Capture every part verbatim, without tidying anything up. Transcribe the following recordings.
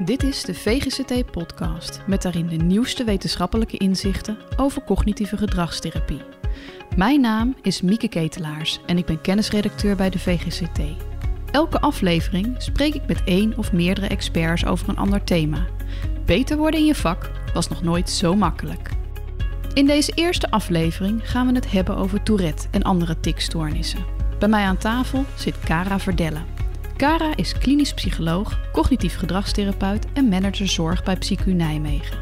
Dit is de V G C T-podcast met daarin de nieuwste wetenschappelijke inzichten over cognitieve gedragstherapie. Mijn naam is Mieke Ketelaars en ik ben kennisredacteur bij de V G C T. Elke aflevering spreek ik met één of meerdere experts over een ander thema. Beter worden in je vak was nog nooit zo makkelijk. In deze eerste aflevering gaan we het hebben over Tourette en andere tikstoornissen. Bij mij aan tafel zit Cara Verdelle. Cara is klinisch psycholoog, cognitief gedragstherapeut en manager zorg bij PsycU Nijmegen.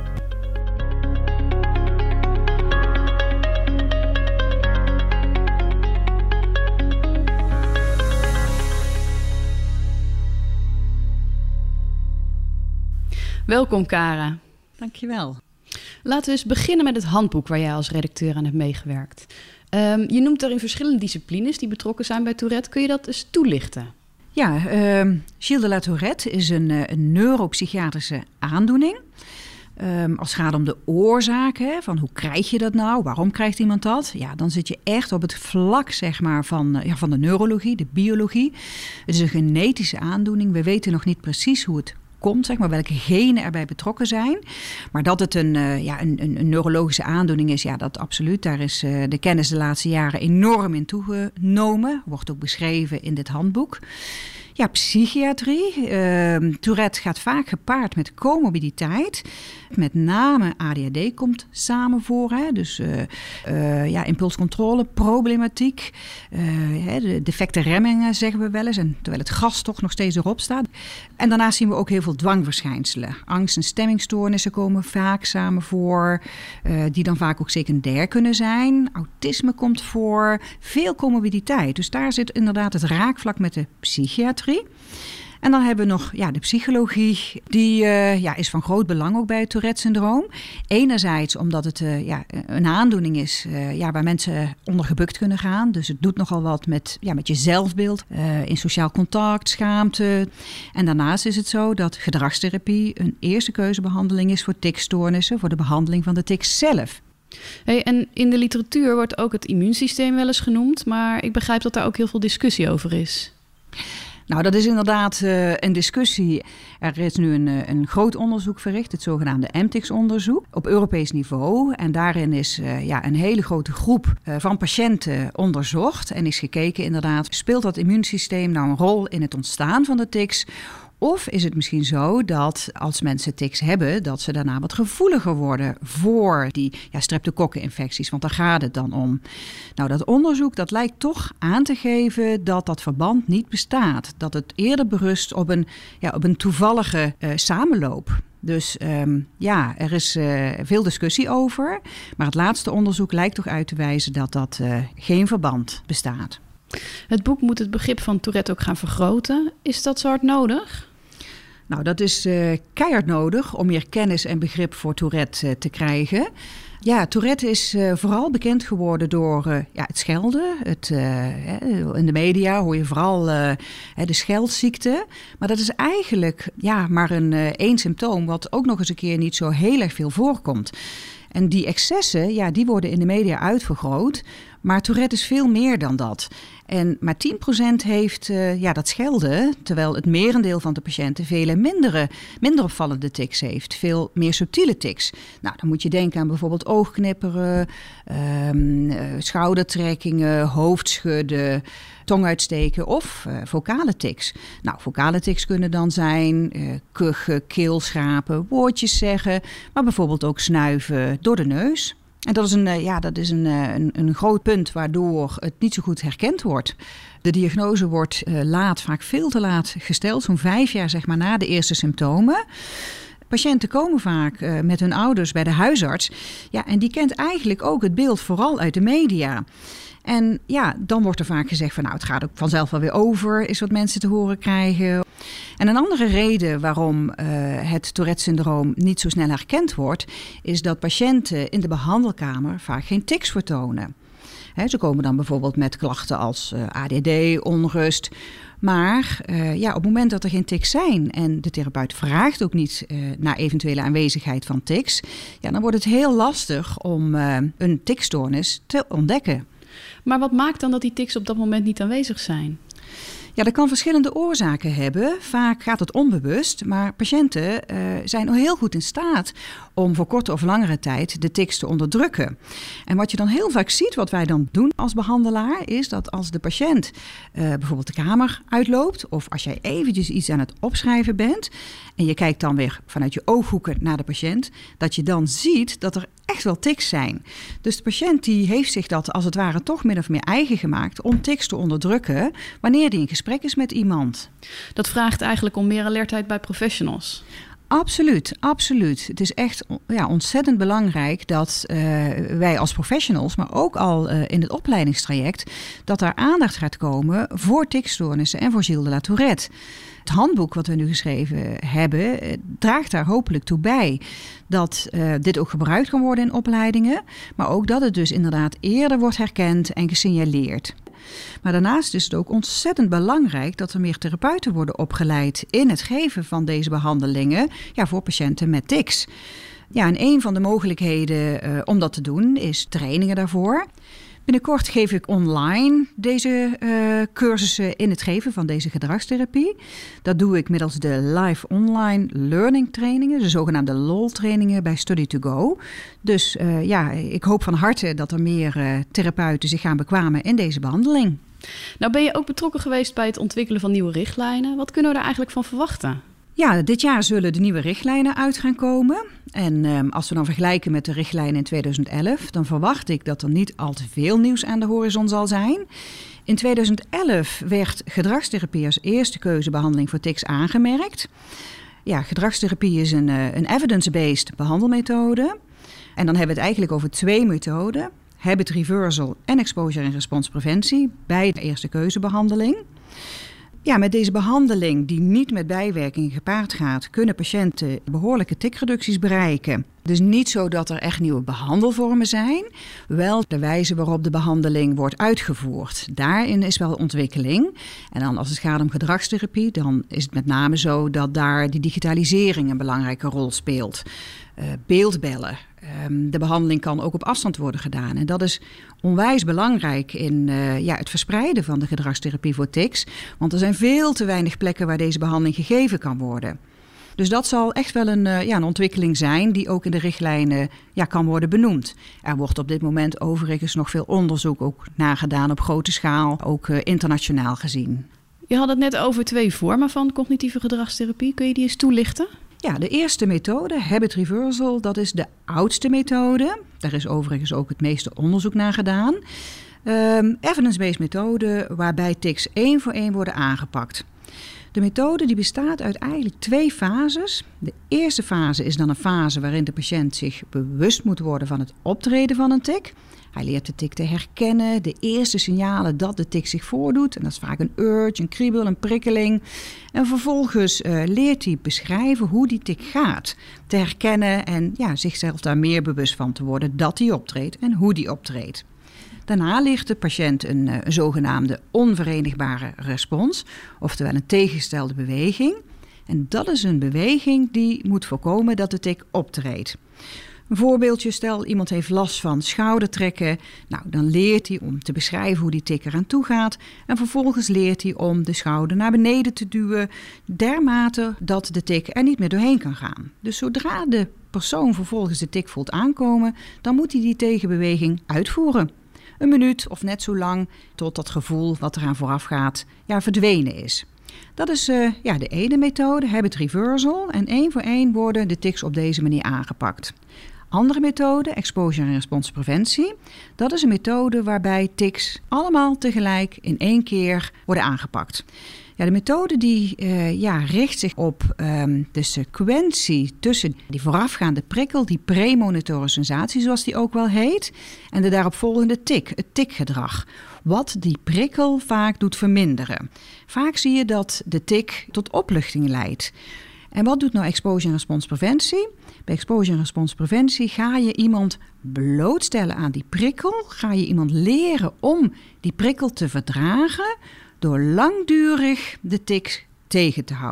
Welkom Cara. Dankjewel. Laten we eens beginnen met het handboek waar jij als redacteur aan hebt meegewerkt. Um, je noemt daarin verschillende disciplines die betrokken zijn bij Tourette. Kun je dat eens toelichten? Ja, uh, Gilles de La Tourette is een, een neuropsychiatrische aandoening. Um, als het gaat om de oorzaken, van hoe krijg je dat nou? Waarom krijgt iemand dat? Ja, dan zit je echt op het vlak zeg maar, van, ja, van de neurologie, de biologie. Het is een genetische aandoening. We weten nog niet precies hoe het komt, zeg maar, welke genen erbij betrokken zijn. Maar dat het een, uh, ja, een, een, een neurologische aandoening is, ja, dat absoluut. Daar is uh, de kennis de laatste jaren enorm in toegenomen. Wordt ook beschreven in dit handboek. Ja, psychiatrie. Uh, Tourette gaat vaak gepaard met comorbiditeit. Met name A D H D komt samen voor. Hè? Dus uh, uh, ja, impulscontrole, problematiek. Uh, de defecte remmingen zeggen we wel eens. En terwijl het gas toch nog steeds erop staat. En daarnaast zien we ook heel veel dwangverschijnselen. Angst- en stemmingstoornissen komen vaak samen voor. Uh, die dan vaak ook secundair kunnen zijn. Autisme komt voor. Veel comorbiditeit. Dus daar zit inderdaad het raakvlak met de psychiatrie. En dan hebben we nog ja, de psychologie. Die uh, ja, is van groot belang ook bij het Tourette-syndroom. Enerzijds omdat het uh, ja, een aandoening is uh, ja, waar mensen onder gebukt kunnen gaan. Dus het doet nogal wat met, ja, met je zelfbeeld, uh, in sociaal contact, schaamte. En daarnaast is het zo dat gedragstherapie een eerste keuzebehandeling is voor tikstoornissen, voor de behandeling van de tik zelf. Hey, en in de literatuur wordt ook het immuunsysteem wel eens genoemd, maar ik begrijp dat daar ook heel veel discussie over is. Nou, dat is inderdaad uh, een discussie. Er is nu een, een groot onderzoek verricht, het zogenaamde M T I X-onderzoek, op Europees niveau. En daarin is uh, ja, een hele grote groep uh, van patiënten onderzocht en is gekeken inderdaad, speelt dat immuunsysteem nou een rol in het ontstaan van de tics? Of is het misschien zo dat als mensen tics hebben, dat ze daarna wat gevoeliger worden voor die ja, streptokokkeninfecties? Want daar gaat het dan om. Nou, dat onderzoek dat lijkt toch aan te geven dat dat verband niet bestaat. Dat het eerder berust op een, ja, op een toevallige uh, samenloop. Dus um, ja, er is uh, veel discussie over. Maar het laatste onderzoek lijkt toch uit te wijzen dat dat uh, geen verband bestaat. Het boek moet het begrip van Tourette ook gaan vergroten. Is dat zo hard nodig? Nou, dat is uh, keihard nodig om meer kennis en begrip voor Tourette uh, te krijgen. Ja, Tourette is uh, vooral bekend geworden door uh, ja, het schelden. Het, uh, in de media hoor je vooral uh, de scheldziekte. Maar dat is eigenlijk ja, maar een uh, één symptoom wat ook nog eens een keer niet zo heel erg veel voorkomt. En die excessen, ja, die worden in de media uitvergroot. Maar Tourette is veel meer dan dat. En maar tien procent heeft uh, ja, dat schelden, terwijl het merendeel van de patiënten vele mindere, minder opvallende tics heeft. Veel meer subtiele tics. Nou, dan moet je denken aan bijvoorbeeld oogknipperen, um, uh, schoudertrekkingen, hoofdschudden, tonguitsteken of uh, vocale tics. Nou, vocale tics kunnen dan zijn uh, kuchen, keelschrapen, woordjes zeggen, maar bijvoorbeeld ook snuiven door de neus. En dat is, een, ja, dat is een, een, een groot punt waardoor het niet zo goed herkend wordt. De diagnose wordt uh, laat, vaak veel te laat gesteld, zo'n vijf jaar zeg maar, na de eerste symptomen. Patiënten komen vaak uh, met hun ouders bij de huisarts. Ja, en die kent eigenlijk ook het beeld vooral uit de media. En ja, dan wordt er vaak gezegd van nou, het gaat ook vanzelf wel weer over, is wat mensen te horen krijgen. En een andere reden waarom uh, het Tourette-syndroom niet zo snel herkend wordt, is dat patiënten in de behandelkamer vaak geen tics vertonen. He, ze komen dan bijvoorbeeld met klachten als uh, A D H D, onrust. Maar uh, ja, op het moment dat er geen tics zijn en de therapeut vraagt ook niet uh, naar eventuele aanwezigheid van tics, ja, dan wordt het heel lastig om uh, een tikstoornis te ontdekken. Maar wat maakt dan dat die tics op dat moment niet aanwezig zijn? Ja, dat kan verschillende oorzaken hebben. Vaak gaat het onbewust, maar patiënten uh, zijn al heel goed in staat om voor korte of langere tijd de tics te onderdrukken. En wat je dan heel vaak ziet, wat wij dan doen als behandelaar, is dat als de patiënt uh, bijvoorbeeld de kamer uitloopt, of als jij eventjes iets aan het opschrijven bent en je kijkt dan weer vanuit je ooghoeken naar de patiënt, dat je dan ziet dat er echt wel tics zijn. Dus de patiënt die heeft zich dat als het ware toch min of meer eigen gemaakt om tics te onderdrukken wanneer die in gesprek is met iemand. Dat vraagt eigenlijk om meer alertheid bij professionals. Absoluut, absoluut. Het is echt ja, ontzettend belangrijk dat uh, wij als professionals, maar ook al uh, in het opleidingstraject, dat daar aandacht gaat komen voor ticstoornissen en voor Gilles de la Tourette. Het handboek wat we nu geschreven hebben, draagt daar hopelijk toe bij dat uh, dit ook gebruikt kan worden in opleidingen, maar ook dat het dus inderdaad eerder wordt herkend en gesignaleerd. Maar daarnaast is het ook ontzettend belangrijk dat er meer therapeuten worden opgeleid in het geven van deze behandelingen ja, voor patiënten met tics. Ja, en een van de mogelijkheden uh, om dat te doen is trainingen daarvoor. Binnenkort geef ik online deze uh, cursussen in het geven van deze gedragstherapie. Dat doe ik middels de live online learning trainingen, de zogenaamde L O L trainingen bij Study to Go. Dus uh, ja, ik hoop van harte dat er meer uh, therapeuten zich gaan bekwamen in deze behandeling. Nou ben je ook betrokken geweest bij het ontwikkelen van nieuwe richtlijnen. Wat kunnen we daar eigenlijk van verwachten? Ja, dit jaar zullen de nieuwe richtlijnen uit gaan komen. En um, als we dan vergelijken met de richtlijnen in tweeduizend elf... dan verwacht ik dat er niet al te veel nieuws aan de horizon zal zijn. In tweeduizend elf werd gedragstherapie als eerste keuzebehandeling voor tics aangemerkt. Ja, gedragstherapie is een, uh, een evidence-based behandelmethode. En dan hebben we het eigenlijk over twee methoden. Habit reversal en exposure en responspreventie bij de eerste keuzebehandeling. Ja, met deze behandeling die niet met bijwerkingen gepaard gaat, kunnen patiënten behoorlijke ticreducties bereiken. Dus niet zo dat er echt nieuwe behandelvormen zijn, wel de wijze waarop de behandeling wordt uitgevoerd. Daarin is wel ontwikkeling. En dan als het gaat om gedragstherapie, dan is het met name zo dat daar die digitalisering een belangrijke rol speelt. Uh, beeldbellen. Um, de behandeling kan ook op afstand worden gedaan. En dat is onwijs belangrijk in uh, ja, het verspreiden van de gedragstherapie voor tics. Want er zijn veel te weinig plekken waar deze behandeling gegeven kan worden. Dus dat zal echt wel een, uh, ja, een ontwikkeling zijn die ook in de richtlijnen ja, kan worden benoemd. Er wordt op dit moment overigens nog veel onderzoek ook nagedaan op grote schaal, ook uh, internationaal gezien. Je had het net over twee vormen van cognitieve gedragstherapie. Kun je die eens toelichten? Ja, de eerste methode, habit reversal, dat is de oudste methode. Daar is overigens ook het meeste onderzoek naar gedaan. Um, evidence-based methode waarbij tics één voor één worden aangepakt. De methode die bestaat uit eigenlijk twee fases. De eerste fase is dan een fase waarin de patiënt zich bewust moet worden van het optreden van een tic. Hij leert de tic te herkennen, de eerste signalen dat de tic zich voordoet. En dat is vaak een urge, een kriebel, een prikkeling. En vervolgens uh, leert hij beschrijven hoe die tic gaat. Te herkennen en ja, zichzelf daar meer bewust van te worden dat hij optreedt en hoe die optreedt. Daarna leert de patiënt een, een zogenaamde onverenigbare respons, oftewel een tegengestelde beweging. En dat is een beweging die moet voorkomen dat de tic optreedt. Een voorbeeldje, stel iemand heeft last van schoudertrekken. Nou, dan leert hij om te beschrijven hoe die tic eraan toe gaat. En vervolgens leert hij om de schouder naar beneden te duwen, dermate dat de tic er niet meer doorheen kan gaan. Dus zodra de persoon vervolgens de tic voelt aankomen, dan moet hij die tegenbeweging uitvoeren. Een minuut of net zo lang tot dat gevoel wat eraan vooraf gaat ja, verdwenen is. Dat is uh, ja, de ene methode, habit reversal. En één voor één worden de tics op deze manier aangepakt. Andere methode, exposure en responspreventie. Dat is een methode waarbij tics allemaal tegelijk in één keer worden aangepakt. Ja, de methode die, uh, ja, richt zich op um, de sequentie tussen die voorafgaande prikkel, die premonitoren sensatie zoals die ook wel heet, en de daaropvolgende tic, het ticgedrag. Wat die prikkel vaak doet verminderen. Vaak zie je dat de tic tot opluchting leidt. En wat doet nou exposure en responspreventie? Bij exposure en responspreventie ga je iemand blootstellen aan die prikkel. Ga je iemand leren om die prikkel te verdragen door langdurig de tic tegen te houden.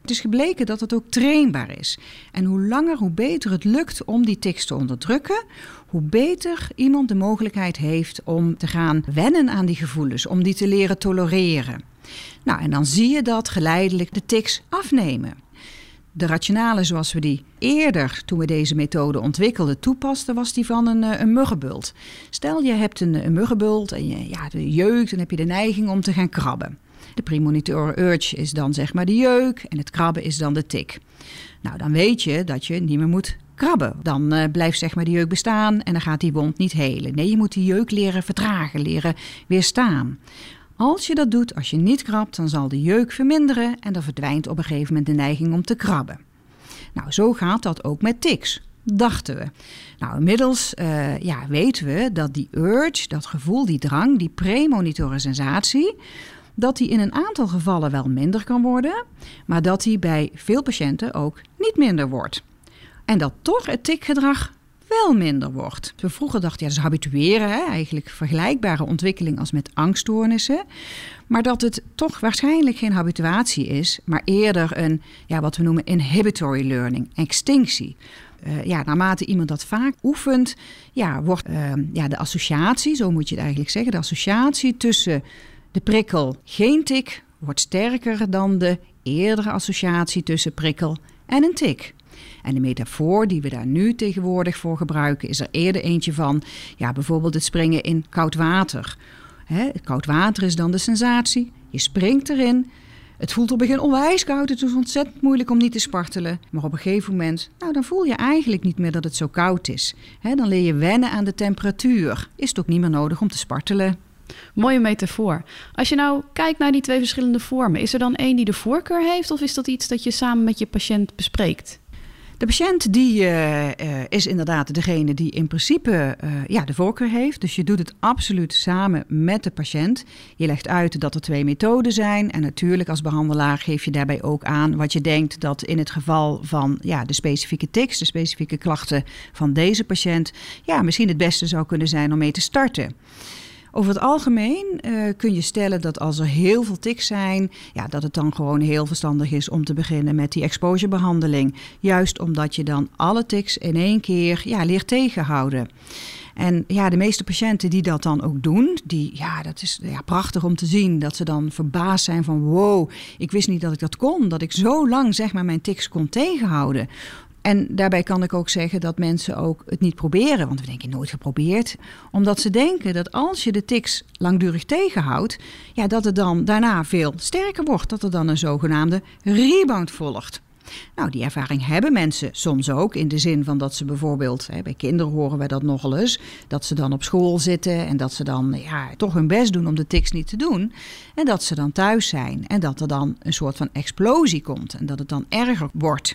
Het is gebleken dat het ook trainbaar is. En hoe langer, hoe beter het lukt om die tics te onderdrukken, hoe beter iemand de mogelijkheid heeft om te gaan wennen aan die gevoelens, om die te leren tolereren. Nou, en dan zie je dat geleidelijk de tics afnemen. De rationale zoals we die eerder, toen we deze methode ontwikkelden, toepasten, was die van een, een muggenbult. Stel, je hebt een, een muggenbult en je ja, de jeukt, dan heb je de neiging om te gaan krabben. De premonitory urge is dan zeg maar de jeuk en het krabben is dan de tic. Nou, dan weet je dat je niet meer moet krabben. Dan uh, blijft zeg maar die jeuk bestaan en dan gaat die wond niet helen. Nee, je moet die jeuk leren vertragen, leren weerstaan. Als je dat doet, als je niet krabt, dan zal de jeuk verminderen en dan verdwijnt op een gegeven moment de neiging om te krabben. Nou, zo gaat dat ook met tics, dachten we. Nou, inmiddels uh, ja, weten we dat die urge, dat gevoel, die drang, die premonitoren sensatie, dat die in een aantal gevallen wel minder kan worden, maar dat die bij veel patiënten ook niet minder wordt. En dat toch het tikgedrag wel minder wordt. We vroeger dachten, ja, dat is habitueren, hè? Eigenlijk vergelijkbare ontwikkeling als met angststoornissen. Maar dat het toch waarschijnlijk geen habituatie is, maar eerder een, ja, wat we noemen inhibitory learning, extinctie. Uh, ja, naarmate iemand dat vaak oefent, ja, wordt uh, ja, de associatie, zo moet je het eigenlijk zeggen, de associatie tussen de prikkel geen tik wordt sterker dan de eerdere associatie tussen prikkel en een tik. En de metafoor die we daar nu tegenwoordig voor gebruiken is er eerder eentje van, ja, bijvoorbeeld het springen in koud water. Hè, koud water is dan de sensatie, je springt erin, het voelt op het begin onwijs koud, het is ontzettend moeilijk om niet te spartelen. Maar op een gegeven moment, nou, dan voel je eigenlijk niet meer dat het zo koud is. Hè, dan leer je wennen aan de temperatuur, is het ook niet meer nodig om te spartelen. Mooie metafoor. Als je nou kijkt naar die twee verschillende vormen, is er dan één die de voorkeur heeft of is dat iets dat je samen met je patiënt bespreekt? De patiënt die, uh, uh, is inderdaad degene die in principe uh, ja, de voorkeur heeft. Dus je doet het absoluut samen met de patiënt. Je legt uit dat er twee methoden zijn. En natuurlijk als behandelaar geef je daarbij ook aan wat je denkt dat in het geval van ja, de specifieke tics, de specifieke klachten van deze patiënt, ja, misschien het beste zou kunnen zijn om mee te starten. Over het algemeen uh, kun je stellen dat als er heel veel tics zijn, ja, dat het dan gewoon heel verstandig is om te beginnen met die exposurebehandeling. Juist omdat je dan alle tics in één keer ja, leert tegenhouden. En ja, de meeste patiënten die dat dan ook doen, die, ja, dat is ja, prachtig om te zien. Dat ze dan verbaasd zijn van wow, ik wist niet dat ik dat kon. Dat ik zo lang zeg maar mijn tics kon tegenhouden. En daarbij kan ik ook zeggen dat mensen ook het niet proberen. Want we denken nooit geprobeerd. Omdat ze denken dat als je de tics langdurig tegenhoudt, ja, dat het dan daarna veel sterker wordt. Dat er dan een zogenaamde rebound volgt. Nou, die ervaring hebben mensen soms ook in de zin van dat ze bijvoorbeeld, hè, bij kinderen horen wij dat nogal eens, dat ze dan op school zitten en dat ze dan ja, toch hun best doen om de tics niet te doen. En dat ze dan thuis zijn en dat er dan een soort van explosie komt en dat het dan erger wordt.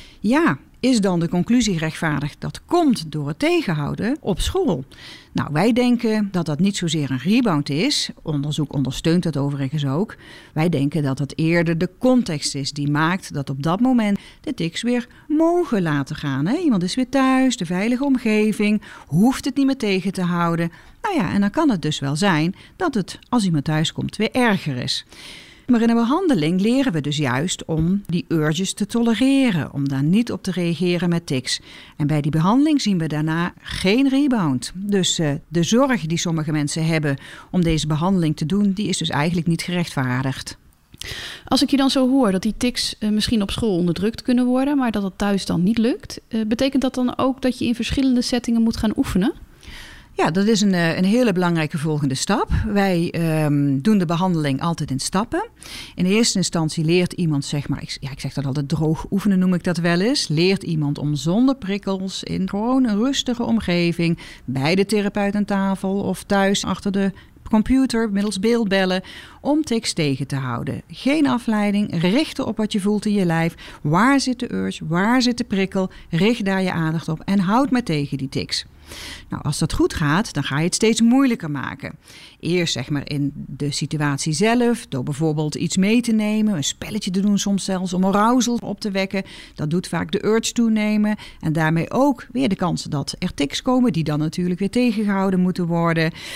Ja, is dan de conclusie gerechtvaardigd dat komt door het tegenhouden op school? Nou, wij denken dat dat niet zozeer een rebound is. Onderzoek ondersteunt dat overigens ook. Wij denken dat het eerder de context is die maakt dat op dat moment de tics weer mogen laten gaan. Hè? Iemand is weer thuis, de veilige omgeving, hoeft het niet meer tegen te houden. Nou ja, en dan kan het dus wel zijn dat het, als iemand thuis komt, weer erger is. Maar in een behandeling leren we dus juist om die urges te tolereren, om daar niet op te reageren met tics. En bij die behandeling zien we daarna geen rebound. Dus uh, de zorg die sommige mensen hebben om deze behandeling te doen, die is dus eigenlijk niet gerechtvaardigd. Als ik je dan zo hoor dat die tics uh, misschien op school onderdrukt kunnen worden, maar dat het thuis dan niet lukt, uh, betekent dat dan ook dat je in verschillende settingen moet gaan oefenen? Ja, dat is een, een hele belangrijke volgende stap. Wij um, doen de behandeling altijd in stappen. In eerste instantie leert iemand, zeg maar, ik, ja, ik zeg dat altijd droog oefenen noem ik dat wel eens. Leert iemand om zonder prikkels in gewoon een rustige omgeving, bij de therapeut aan tafel of thuis achter de computer, middels beeldbellen, om tics tegen te houden. Geen afleiding, richten op wat je voelt in je lijf. Waar zit de urge, waar zit de prikkel? Richt daar je aandacht op en houd maar tegen die tics. Nou, als dat goed gaat, dan ga je het steeds moeilijker maken. Eerst zeg maar in de situatie zelf, door bijvoorbeeld iets mee te nemen, een spelletje te doen soms zelfs om arousal op te wekken. Dat doet vaak de urge toenemen en daarmee ook weer de kans dat er tics komen die dan natuurlijk weer tegengehouden moeten worden.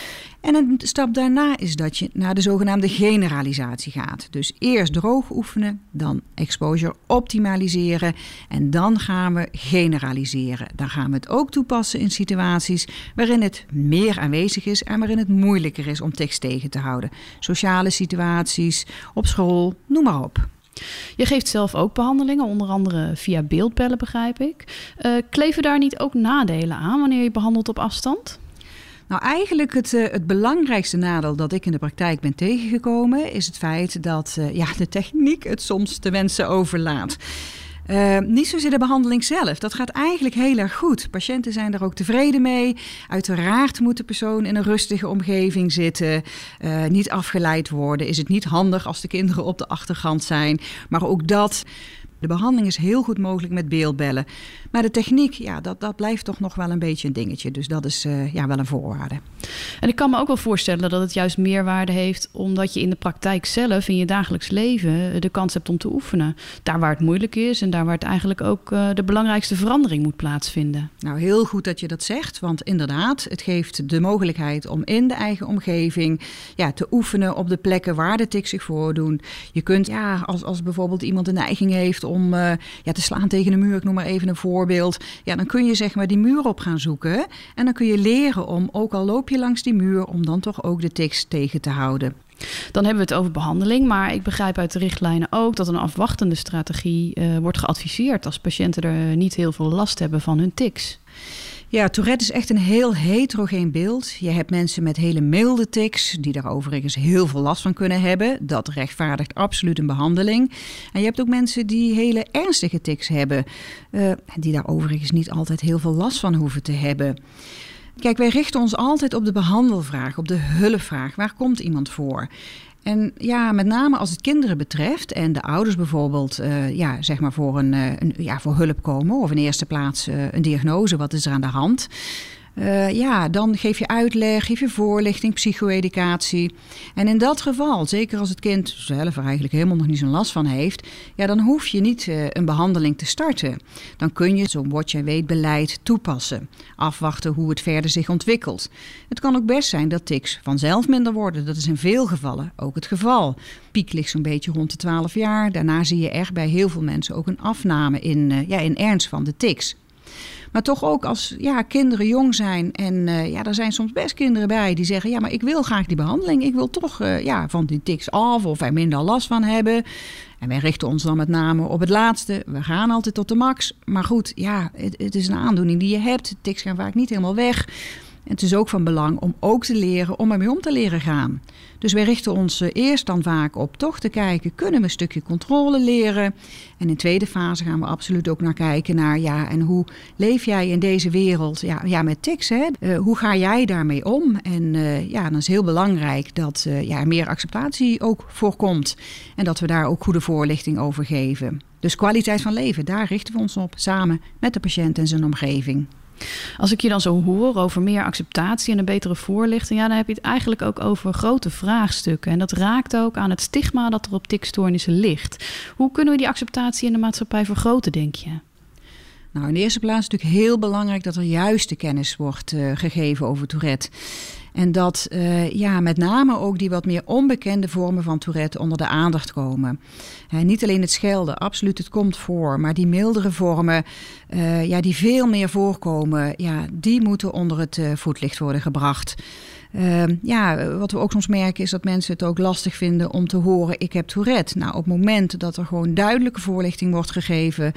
En een stap daarna is dat je naar de zogenaamde generalisatie gaat. Dus eerst droog oefenen, dan exposure optimaliseren en dan gaan we generaliseren. Dan gaan we het ook toepassen in situaties waarin het meer aanwezig is en waarin het moeilijker is om tics tegen te houden. Sociale situaties, op school, noem maar op. Je geeft zelf ook behandelingen, onder andere via beeldbellen, begrijp ik. Uh, kleven daar niet ook nadelen aan wanneer je behandelt op afstand? Nou, eigenlijk het, uh, het belangrijkste nadeel dat ik in de praktijk ben tegengekomen is het feit dat uh, ja, de techniek het soms te wensen overlaat. Uh, niet zozeer de behandeling zelf. Dat gaat eigenlijk heel erg goed. Patiënten zijn er ook tevreden mee. Uiteraard moet de persoon in een rustige omgeving zitten. Uh, niet afgeleid worden. Is het niet handig als de kinderen op de achtergrond zijn. Maar ook dat. De behandeling is heel goed mogelijk met beeldbellen. Maar de techniek, ja, dat, dat blijft toch nog wel een beetje een dingetje. Dus dat is uh, ja, wel een voorwaarde. En ik kan me ook wel voorstellen dat het juist meerwaarde heeft, omdat je in de praktijk zelf, in je dagelijks leven, de kans hebt om te oefenen. Daar waar het moeilijk is en daar waar het eigenlijk ook uh, de belangrijkste verandering moet plaatsvinden. Nou, heel goed dat je dat zegt. Want inderdaad, het geeft de mogelijkheid om in de eigen omgeving ja, te oefenen op de plekken waar de tics zich voordoen. Je kunt, ja, als, als bijvoorbeeld iemand een neiging heeft om uh, ja, te slaan tegen een muur, ik noem maar even een voorbeeld. Ja, dan kun je zeg maar die muur op gaan zoeken. En dan kun je leren om, ook al loop je langs die muur, om dan toch ook de tics tegen te houden. Dan hebben we het over behandeling, maar ik begrijp uit de richtlijnen ook dat een afwachtende strategie uh, wordt geadviseerd als patiënten er niet heel veel last hebben van hun tics. Ja, Tourette is echt een heel heterogeen beeld. Je hebt mensen met hele milde tics, die daar overigens heel veel last van kunnen hebben. Dat rechtvaardigt absoluut een behandeling. En je hebt ook mensen die hele ernstige tics hebben, uh, die daar overigens niet altijd heel veel last van hoeven te hebben. Kijk, wij richten ons altijd op de behandelvraag, op de hulpvraag. Waar komt iemand voor? En ja, met name als het kinderen betreft en de ouders bijvoorbeeld uh, ja, zeg maar voor, een, een, ja, voor hulp komen of in eerste plaats uh, een diagnose, wat is er aan de hand? Uh, ja, dan geef je uitleg, geef je voorlichting, psycho-educatie. En in dat geval, zeker als het kind zelf er eigenlijk helemaal nog niet zo'n last van heeft, ja, dan hoef je niet uh, een behandeling te starten. Dan kun je zo'n watch en wait beleid toepassen. Afwachten hoe het verder zich ontwikkelt. Het kan ook best zijn dat tics vanzelf minder worden. Dat is in veel gevallen ook het geval. Piek ligt zo'n beetje rond de twaalf jaar. Daarna zie je echt bij heel veel mensen ook een afname in, uh, ja, in ernst van de tics. Maar toch ook als ja, kinderen jong zijn en uh, ja, er zijn soms best kinderen bij die zeggen, ja, maar ik wil graag die behandeling. Ik wil toch uh, ja, van die tics af of er minder last van hebben. En wij richten ons dan met name op het laatste. We gaan altijd tot de max. Maar goed, ja, het, het is een aandoening die je hebt. Tics gaan vaak niet helemaal weg. En het is ook van belang om ook te leren om ermee om te leren gaan. Dus wij richten ons eerst dan vaak op toch te kijken, kunnen we een stukje controle leren? En in tweede fase gaan we absoluut ook naar kijken naar, ja, en hoe leef jij in deze wereld ja, ja, met tics? Hè? Uh, hoe ga jij daarmee om? En uh, ja, dan is heel belangrijk dat uh, ja, meer acceptatie ook voorkomt. En dat we daar ook goede voorlichting over geven. Dus kwaliteit van leven, daar richten we ons op, samen met de patiënt en zijn omgeving. Als ik je dan zo hoor over meer acceptatie en een betere voorlichting, ja, dan heb je het eigenlijk ook over grote vraagstukken. En dat raakt ook aan het stigma dat er op ticstoornissen ligt. Hoe kunnen we die acceptatie in de maatschappij vergroten, denk je? Nou, in de eerste plaats is het natuurlijk heel belangrijk dat er juiste kennis wordt uh, gegeven over Tourette. En dat uh, ja, met name ook die wat meer onbekende vormen van Tourette onder de aandacht komen. Uh, niet alleen het schelden, absoluut, het komt voor. Maar die mildere vormen, uh, ja, die veel meer voorkomen, ja, die moeten onder het uh, voetlicht worden gebracht. Uh, ja, wat we ook soms merken is dat mensen het ook lastig vinden om te horen, ik heb Tourette. Nou, op het moment dat er gewoon duidelijke voorlichting wordt gegeven,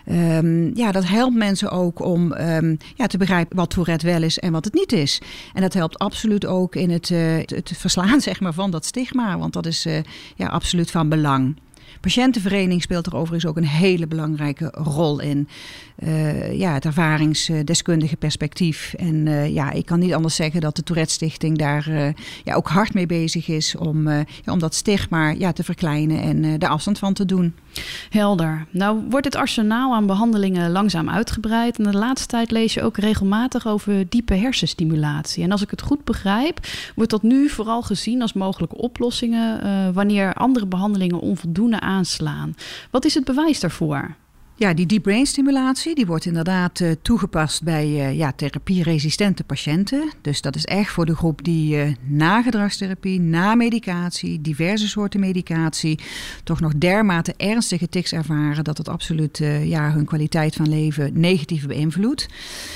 um, ja, dat helpt mensen ook om um, ja, te begrijpen wat Tourette wel is en wat het niet is. En dat helpt absoluut ook in het, uh, het verslaan, zeg maar, van dat stigma, want dat is uh, ja, absoluut van belang. Patiëntenvereniging speelt er overigens ook een hele belangrijke rol in. Uh, ja, het ervaringsdeskundige perspectief. En uh, ja, ik kan niet anders zeggen dat de Tourette Stichting daar uh, ja, ook hard mee bezig is om, uh, ja, om dat stigma ja, te verkleinen en uh, de afstand van te doen. Helder. Nou wordt het arsenaal aan behandelingen langzaam uitgebreid. En de laatste tijd lees je ook regelmatig over diepe hersenstimulatie. En als ik het goed begrijp, wordt dat nu vooral gezien als mogelijke oplossingen uh, wanneer andere behandelingen onvoldoende aanslaan. Wat is het bewijs daarvoor? Ja, die deep brain stimulatie die wordt inderdaad uh, toegepast bij uh, ja, therapieresistente patiënten. Dus dat is echt voor de groep die uh, na gedragstherapie, na medicatie, diverse soorten medicatie, toch nog dermate ernstige tics ervaren dat het absoluut uh, ja, hun kwaliteit van leven negatief beïnvloedt.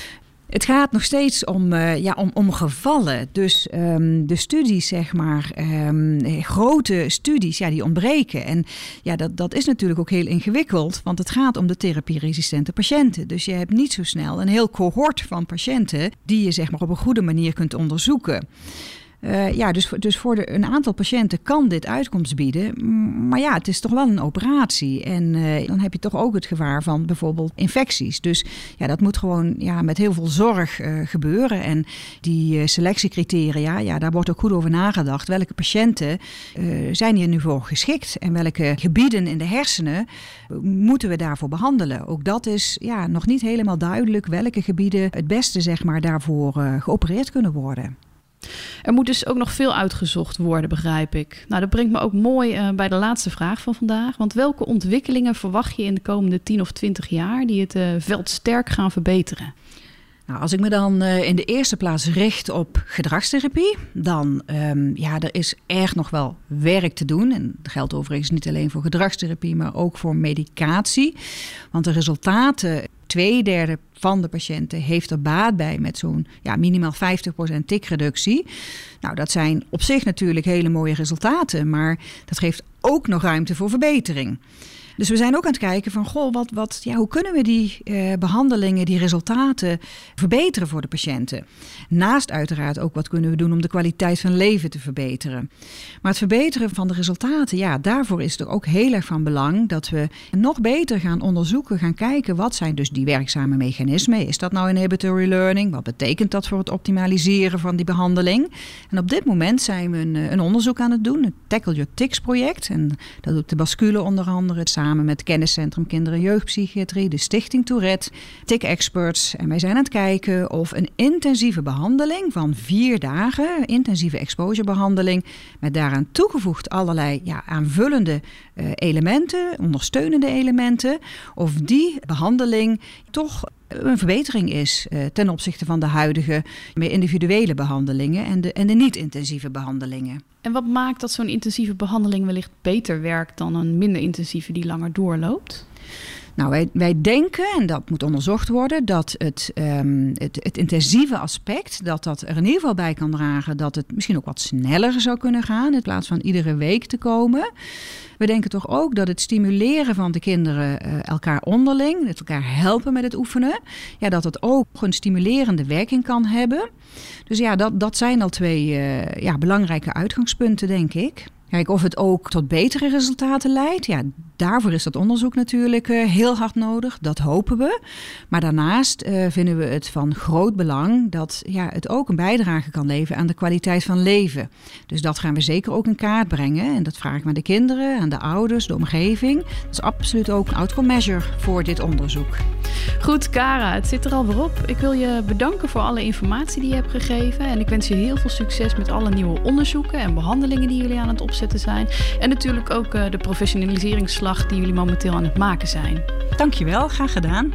Het gaat nog steeds om, uh, ja, om, om gevallen. Dus um, de studies, zeg maar, um, grote studies, ja, die ontbreken. En ja, dat, dat is natuurlijk ook heel ingewikkeld, want het gaat om de therapieresistente patiënten. Dus je hebt niet zo snel een heel cohort van patiënten die je, zeg maar, op een goede manier kunt onderzoeken. Uh, ja, dus, dus voor de, een aantal patiënten kan dit uitkomst bieden. Maar ja, het is toch wel een operatie. En uh, dan heb je toch ook het gevaar van bijvoorbeeld infecties. Dus ja, dat moet gewoon ja, met heel veel zorg uh, gebeuren. En die uh, selectiecriteria, ja, daar wordt ook goed over nagedacht. Welke patiënten uh, zijn hier nu voor geschikt? En welke gebieden in de hersenen uh, moeten we daarvoor behandelen? Ook dat is ja, nog niet helemaal duidelijk welke gebieden het beste, zeg maar, daarvoor uh, geopereerd kunnen worden. Er moet dus ook nog veel uitgezocht worden, begrijp ik. Nou, dat brengt me ook mooi uh, bij de laatste vraag van vandaag. Want welke ontwikkelingen verwacht je in de komende tien of twintig jaar die het uh, veld sterk gaan verbeteren? Nou, als ik me dan uh, in de eerste plaats richt op gedragstherapie, dan um, ja, er is echt nog wel werk te doen. En dat geldt overigens niet alleen voor gedragstherapie, maar ook voor medicatie. Want de resultaten, twee derde van de patiënten heeft er baat bij met zo'n ja, minimaal vijftig procent tikreductie. Nou, dat zijn op zich natuurlijk hele mooie resultaten, maar dat geeft ook nog ruimte voor verbetering. Dus we zijn ook aan het kijken van, goh, wat, wat, ja, hoe kunnen we die uh, behandelingen, die resultaten verbeteren voor de patiënten? Naast uiteraard ook wat kunnen we doen om de kwaliteit van leven te verbeteren. Maar het verbeteren van de resultaten, ja, daarvoor is het ook heel erg van belang dat we nog beter gaan onderzoeken, gaan kijken wat zijn dus die werkzame mechanismen. Is dat nou inhibitory learning? Wat betekent dat voor het optimaliseren van die behandeling? En op dit moment zijn we een, een onderzoek aan het doen, het Tackle Your Tics project. En dat doet de Bascule onder andere samen met het Kenniscentrum Kinder- en Jeugdpsychiatrie, de Stichting Tourette, Tic Experts. En wij zijn aan het kijken of een intensieve behandeling van vier dagen, intensieve exposurebehandeling, met daaraan toegevoegd allerlei ja, aanvullende uh, elementen, ondersteunende elementen, of die behandeling toch een verbetering is uh, ten opzichte van de huidige meer individuele behandelingen en de, en de niet-intensieve behandelingen. En wat maakt dat zo'n intensieve behandeling wellicht beter werkt dan een minder intensieve die langer doorloopt? Nou, wij, wij denken, en dat moet onderzocht worden, dat het, um, het, het intensieve aspect, dat dat er in ieder geval bij kan dragen dat het misschien ook wat sneller zou kunnen gaan in plaats van iedere week te komen. We denken toch ook dat het stimuleren van de kinderen uh, elkaar onderling, het elkaar helpen met het oefenen, ja, dat het ook een stimulerende werking kan hebben. Dus ja, dat, dat zijn al twee uh, ja, belangrijke uitgangspunten, denk ik. Kijk, of het ook tot betere resultaten leidt, ja, daarvoor is dat onderzoek natuurlijk uh, heel hard nodig. Dat hopen we. Maar daarnaast uh, vinden we het van groot belang dat ja, het ook een bijdrage kan leveren aan de kwaliteit van leven. Dus dat gaan we zeker ook in kaart brengen. En dat vragen we aan de kinderen, aan de ouders, de omgeving. Dat is absoluut ook een outcome measure voor dit onderzoek. Goed, Kara, het zit er alweer op. Ik wil je bedanken voor alle informatie die je hebt gegeven. En ik wens je heel veel succes met alle nieuwe onderzoeken en behandelingen die jullie aan het opzetten zijn. En natuurlijk ook uh, de professionaliseringsslag die jullie momenteel aan het maken zijn. Dankjewel, graag gedaan.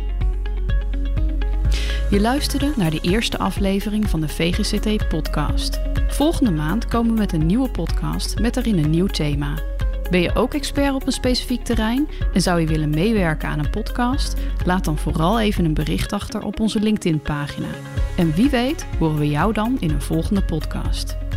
Je luisterde naar de eerste aflevering van de V G C T-podcast. Volgende maand komen we met een nieuwe podcast met daarin een nieuw thema. Ben je ook expert op een specifiek terrein en zou je willen meewerken aan een podcast? Laat dan vooral even een bericht achter op onze LinkedIn-pagina. En wie weet horen we jou dan in een volgende podcast.